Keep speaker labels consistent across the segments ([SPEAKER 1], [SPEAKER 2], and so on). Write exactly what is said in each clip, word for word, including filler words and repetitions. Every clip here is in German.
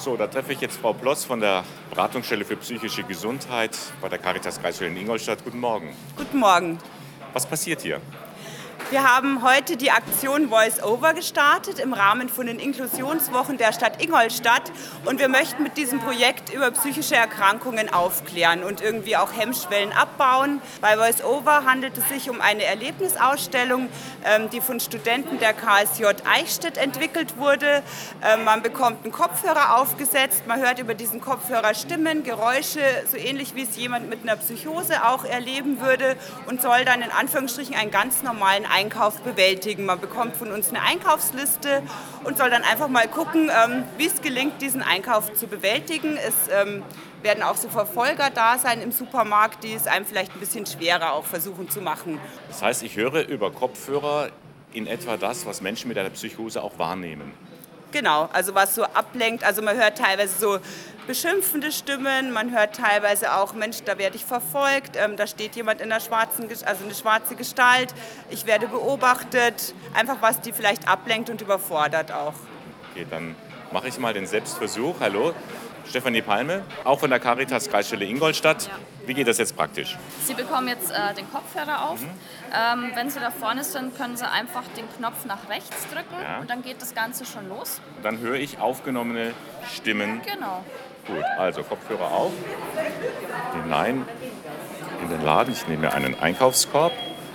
[SPEAKER 1] So, da treffe ich jetzt Frau Ploss von der Beratungsstelle für psychische Gesundheit bei der Caritas-Kreisstelle in Ingolstadt. Guten Morgen.
[SPEAKER 2] Guten Morgen.
[SPEAKER 1] Was passiert hier?
[SPEAKER 2] Wir haben heute die Aktion Voice Over gestartet im Rahmen von den Inklusionswochen der Stadt Ingolstadt. Und wir möchten mit diesem Projekt über psychische Erkrankungen aufklären und irgendwie auch Hemmschwellen abbauen. Bei Voice Over handelt es sich um eine Erlebnisausstellung, die von Studenten der K S J Eichstätt entwickelt wurde. Man bekommt einen Kopfhörer aufgesetzt, man hört über diesen Kopfhörer Stimmen, Geräusche, so ähnlich wie es jemand mit einer Psychose auch erleben würde und soll dann in Anführungsstrichen einen ganz normalen Einkauf bewältigen. Man bekommt von uns eine Einkaufsliste und soll dann einfach mal gucken, ähm, wie es gelingt, diesen Einkauf zu bewältigen. Es ähm, werden auch so Verfolger da sein im Supermarkt, die es einem vielleicht ein bisschen schwerer auch versuchen zu machen.
[SPEAKER 1] Das heißt, ich höre über Kopfhörer in etwa das, was Menschen mit einer Psychose auch wahrnehmen.
[SPEAKER 2] Genau, also was so ablenkt. Also man hört teilweise so beschimpfende Stimmen, man hört teilweise auch, Mensch, da werde ich verfolgt, ähm, da steht jemand in der schwarzen, also eine schwarze Gestalt, ich werde beobachtet, einfach was die vielleicht ablenkt und überfordert auch.
[SPEAKER 1] Okay, dann mache ich mal den Selbstversuch. Hallo, Stefanie Palme, auch von der Caritas-Kreisstelle Ingolstadt. Ja. Wie geht das jetzt praktisch?
[SPEAKER 3] Sie bekommen jetzt äh, den Kopfhörer auf. Mhm. Ähm, wenn Sie da vorne sind, können Sie einfach den Knopf nach rechts drücken, ja, und dann geht das Ganze schon los.
[SPEAKER 1] Und dann höre ich aufgenommene Stimmen.
[SPEAKER 3] Genau.
[SPEAKER 1] Gut, also Kopfhörer auf, hinein in den Laden. Ich nehme mir einen Einkaufskorb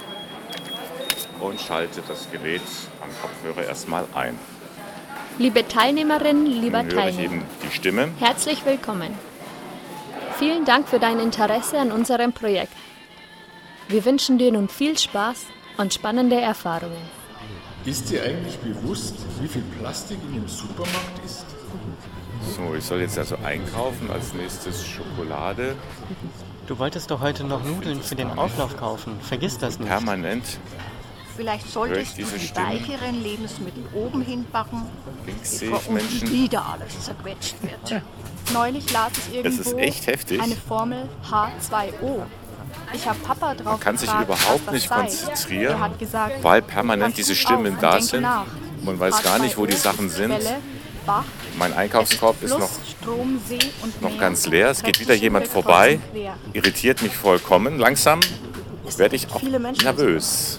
[SPEAKER 1] und schalte das Gerät am Kopfhörer erstmal ein.
[SPEAKER 4] Liebe Teilnehmerinnen, lieber
[SPEAKER 1] Dann höre ich
[SPEAKER 4] Teilnehmer,
[SPEAKER 1] eben die Stimme.
[SPEAKER 4] Herzlich willkommen. Vielen Dank für dein Interesse an unserem Projekt. Wir wünschen dir nun viel Spaß und spannende Erfahrungen.
[SPEAKER 5] Ist dir eigentlich bewusst, wie viel Plastik in dem Supermarkt ist?
[SPEAKER 1] So, ich soll jetzt also einkaufen, als nächstes Schokolade.
[SPEAKER 6] Du wolltest doch heute noch Nudeln für den Auflauf kaufen. Vergiss das nicht.
[SPEAKER 1] Permanent.
[SPEAKER 7] Vielleicht solltest du die weicheren Lebensmittel oben hinbacken,
[SPEAKER 1] Links
[SPEAKER 7] bevor
[SPEAKER 1] sehe ich Menschen.
[SPEAKER 7] wieder alles zerquetscht wird.
[SPEAKER 8] Neulich las ich irgendwo
[SPEAKER 1] Das ist echt heftig.
[SPEAKER 8] eine Formel H zwei O. Ich habe Papa drauf
[SPEAKER 1] Man kann sich
[SPEAKER 8] gefragt,
[SPEAKER 1] überhaupt
[SPEAKER 8] was
[SPEAKER 1] nicht
[SPEAKER 8] das sei.
[SPEAKER 1] konzentrieren,
[SPEAKER 8] Er hat gesagt,
[SPEAKER 1] weil permanent
[SPEAKER 8] pass
[SPEAKER 1] diese
[SPEAKER 8] gut
[SPEAKER 1] Stimmen
[SPEAKER 8] auf
[SPEAKER 1] da
[SPEAKER 8] und denke
[SPEAKER 1] sind.
[SPEAKER 8] nach.
[SPEAKER 1] Man weiß gar nicht, wo die Sachen sind.
[SPEAKER 8] Quelle, Bach,
[SPEAKER 1] Mein Einkaufskorb ist noch,
[SPEAKER 8] Fluss, Strom, See und
[SPEAKER 1] noch
[SPEAKER 8] Meer,
[SPEAKER 1] ganz leer. Es geht wieder
[SPEAKER 8] kräftig
[SPEAKER 1] jemand
[SPEAKER 8] kreuz und
[SPEAKER 1] vorbei.
[SPEAKER 8] quer.
[SPEAKER 1] Irritiert mich vollkommen. Langsam werde ich auch
[SPEAKER 8] Viele Menschen
[SPEAKER 1] nervös.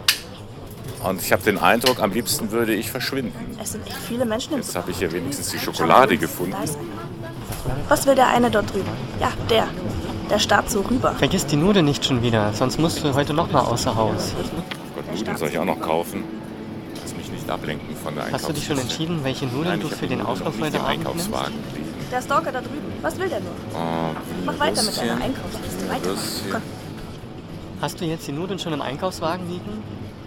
[SPEAKER 1] Und ich habe den Eindruck, am liebsten würde ich verschwinden.
[SPEAKER 8] Es sind echt viele Menschen im
[SPEAKER 1] Jetzt habe ich hier wenigstens die Schokolade gefunden.
[SPEAKER 8] Da ist einer. Was will der eine dort drüben? Ja, der. Der starrt so rüber.
[SPEAKER 6] Vergiss die Nudeln nicht schon wieder, sonst musst du heute noch mal außer Haus.
[SPEAKER 1] Gott, Nudeln soll ich auch noch kaufen. Lass mich nicht ablenken von der Einkaufsliste.
[SPEAKER 6] Hast du dich schon entschieden, welche Nudeln
[SPEAKER 1] Nein,
[SPEAKER 6] du
[SPEAKER 1] ich
[SPEAKER 6] für den
[SPEAKER 1] habe
[SPEAKER 6] Auflauf
[SPEAKER 1] noch nicht
[SPEAKER 6] heute
[SPEAKER 1] im
[SPEAKER 6] Abend nimmst?
[SPEAKER 1] Einkaufswagen liegen.
[SPEAKER 8] Der Stalker da drüben. Was will der nur?
[SPEAKER 1] Oh,
[SPEAKER 8] Mach weiter mit
[SPEAKER 1] Würstchen,
[SPEAKER 8] deiner Einkaufsliste. Weiter.
[SPEAKER 1] Würstchen.
[SPEAKER 8] Komm.
[SPEAKER 6] Hast du jetzt die Nudeln schon im Einkaufswagen liegen?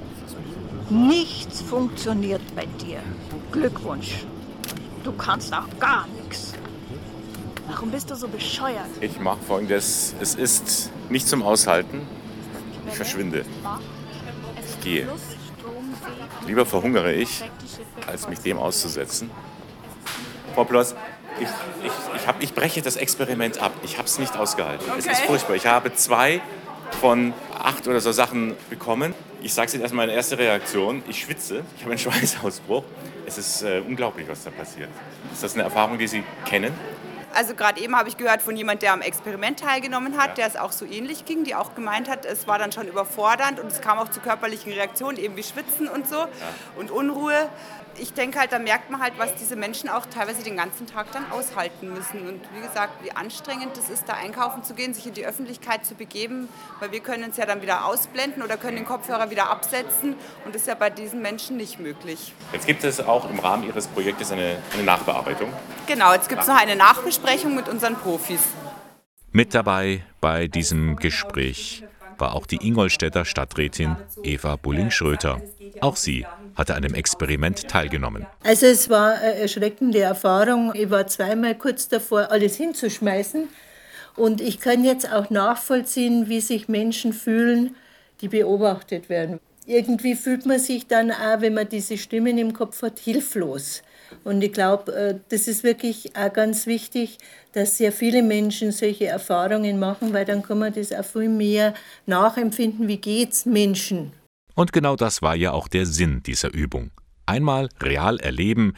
[SPEAKER 7] Nichts funktioniert bei dir. Glückwunsch. Du kannst auch gar nichts.
[SPEAKER 8] Warum bist du so bescheuert?
[SPEAKER 1] Ich mache folgendes. Es ist nicht zum Aushalten. Ich verschwinde. Ich gehe. Lieber verhungere ich, als mich dem auszusetzen. Frau Ploss, ich, ich, ich, hab, ich breche das Experiment ab. Ich habe es nicht ausgehalten. Es ist furchtbar. Ich habe zwei von acht oder so Sachen bekommen. Ich sage es jetzt erstmal, meine erste Reaktion. Ich schwitze, ich habe einen Schweißausbruch. Es ist äh, unglaublich, was da passiert. Ist das eine Erfahrung, die Sie kennen?
[SPEAKER 2] Also gerade eben habe ich gehört von jemandem, der am Experiment teilgenommen hat, ja, der es auch so ähnlich ging, die auch gemeint hat, es war dann schon überfordernd und es kam auch zu körperlichen Reaktionen, eben wie Schwitzen und so, ja, und Unruhe. Ich denke halt, da merkt man halt, was diese Menschen auch teilweise den ganzen Tag dann aushalten müssen. Und wie gesagt, wie anstrengend es ist, da einkaufen zu gehen, sich in die Öffentlichkeit zu begeben, weil wir können es ja dann wieder ausblenden oder können den Kopfhörer wieder absetzen und das ist ja bei diesen Menschen nicht möglich.
[SPEAKER 1] Jetzt gibt es auch im Rahmen Ihres Projektes eine, eine Nachbearbeitung.
[SPEAKER 2] Genau, jetzt gibt es noch eine Nachbesprechung mit unseren Profis.
[SPEAKER 9] Mit dabei bei diesem Gespräch war auch die Ingolstädter Stadträtin Eva Bulling-Schröter. Auch sie hatte an dem Experiment teilgenommen.
[SPEAKER 10] Also es war eine erschreckende Erfahrung. Ich war zweimal kurz davor, alles hinzuschmeißen. Und ich kann jetzt auch nachvollziehen, wie sich Menschen fühlen, die beobachtet werden. Irgendwie fühlt man sich dann auch, wenn man diese Stimmen im Kopf hat, hilflos. Und ich glaube, das ist wirklich auch ganz wichtig, dass sehr viele Menschen solche Erfahrungen machen, weil dann kann man das auch viel mehr nachempfinden, wie geht's Menschen.
[SPEAKER 9] Und genau das war ja auch der Sinn dieser Übung. Einmal real erleben,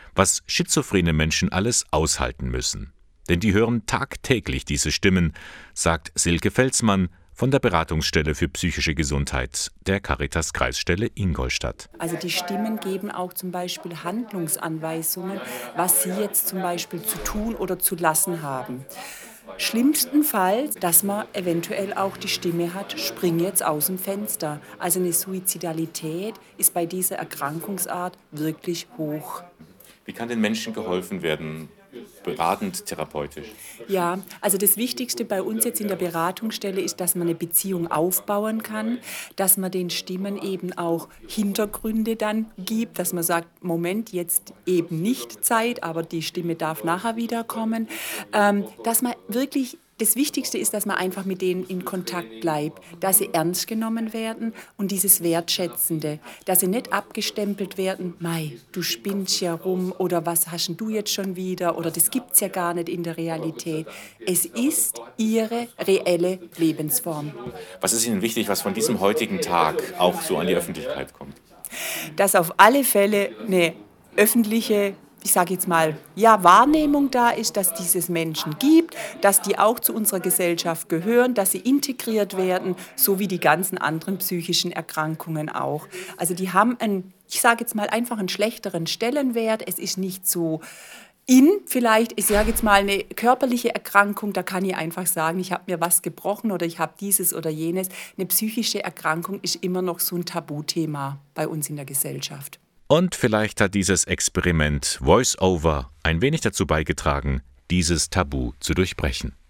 [SPEAKER 9] was schizophrene Menschen alles aushalten müssen. Denn die hören tagtäglich diese Stimmen, sagt Silke Felsmann von der Beratungsstelle für psychische Gesundheit der Caritas-Kreisstelle Ingolstadt.
[SPEAKER 11] Also die Stimmen geben auch zum Beispiel Handlungsanweisungen, was sie jetzt zum Beispiel zu tun oder zu lassen haben. Schlimmstenfalls, dass man eventuell auch die Stimme hat, spring jetzt aus dem Fenster. Also eine Suizidalität ist bei dieser Erkrankungsart wirklich hoch.
[SPEAKER 1] Wie kann den Menschen geholfen werden, beratend, therapeutisch?
[SPEAKER 11] Ja, also das Wichtigste bei uns jetzt in der Beratungsstelle ist, dass man eine Beziehung aufbauen kann, dass man den Stimmen eben auch Hintergründe dann gibt, dass man sagt, Moment, jetzt eben nicht Zeit, aber die Stimme darf nachher wiederkommen, ähm, dass man wirklich Das Wichtigste ist, dass man einfach mit denen in Kontakt bleibt, dass sie ernst genommen werden und dieses Wertschätzende, dass sie nicht abgestempelt werden, Mei, du spinnst ja rum oder was hast denn du jetzt schon wieder oder das gibt's ja gar nicht in der Realität. Es ist ihre reelle Lebensform.
[SPEAKER 1] Was ist Ihnen wichtig, was von diesem heutigen Tag auch so an die Öffentlichkeit kommt?
[SPEAKER 11] Dass auf alle Fälle eine öffentliche, ich sage jetzt mal, ja, Wahrnehmung da ist, dass dieses Menschen gibt, dass die auch zu unserer Gesellschaft gehören, dass sie integriert werden, so wie die ganzen anderen psychischen Erkrankungen auch. Also die haben einen, ich sage jetzt mal, einfach einen schlechteren Stellenwert. Es ist nicht so in, vielleicht, ich sage jetzt mal, eine körperliche Erkrankung, da kann ich einfach sagen, ich habe mir was gebrochen oder ich habe dieses oder jenes. Eine psychische Erkrankung ist immer noch so ein Tabuthema bei uns in der Gesellschaft.
[SPEAKER 9] Und vielleicht hat dieses Experiment Voice-Over ein wenig dazu beigetragen, dieses Tabu zu durchbrechen.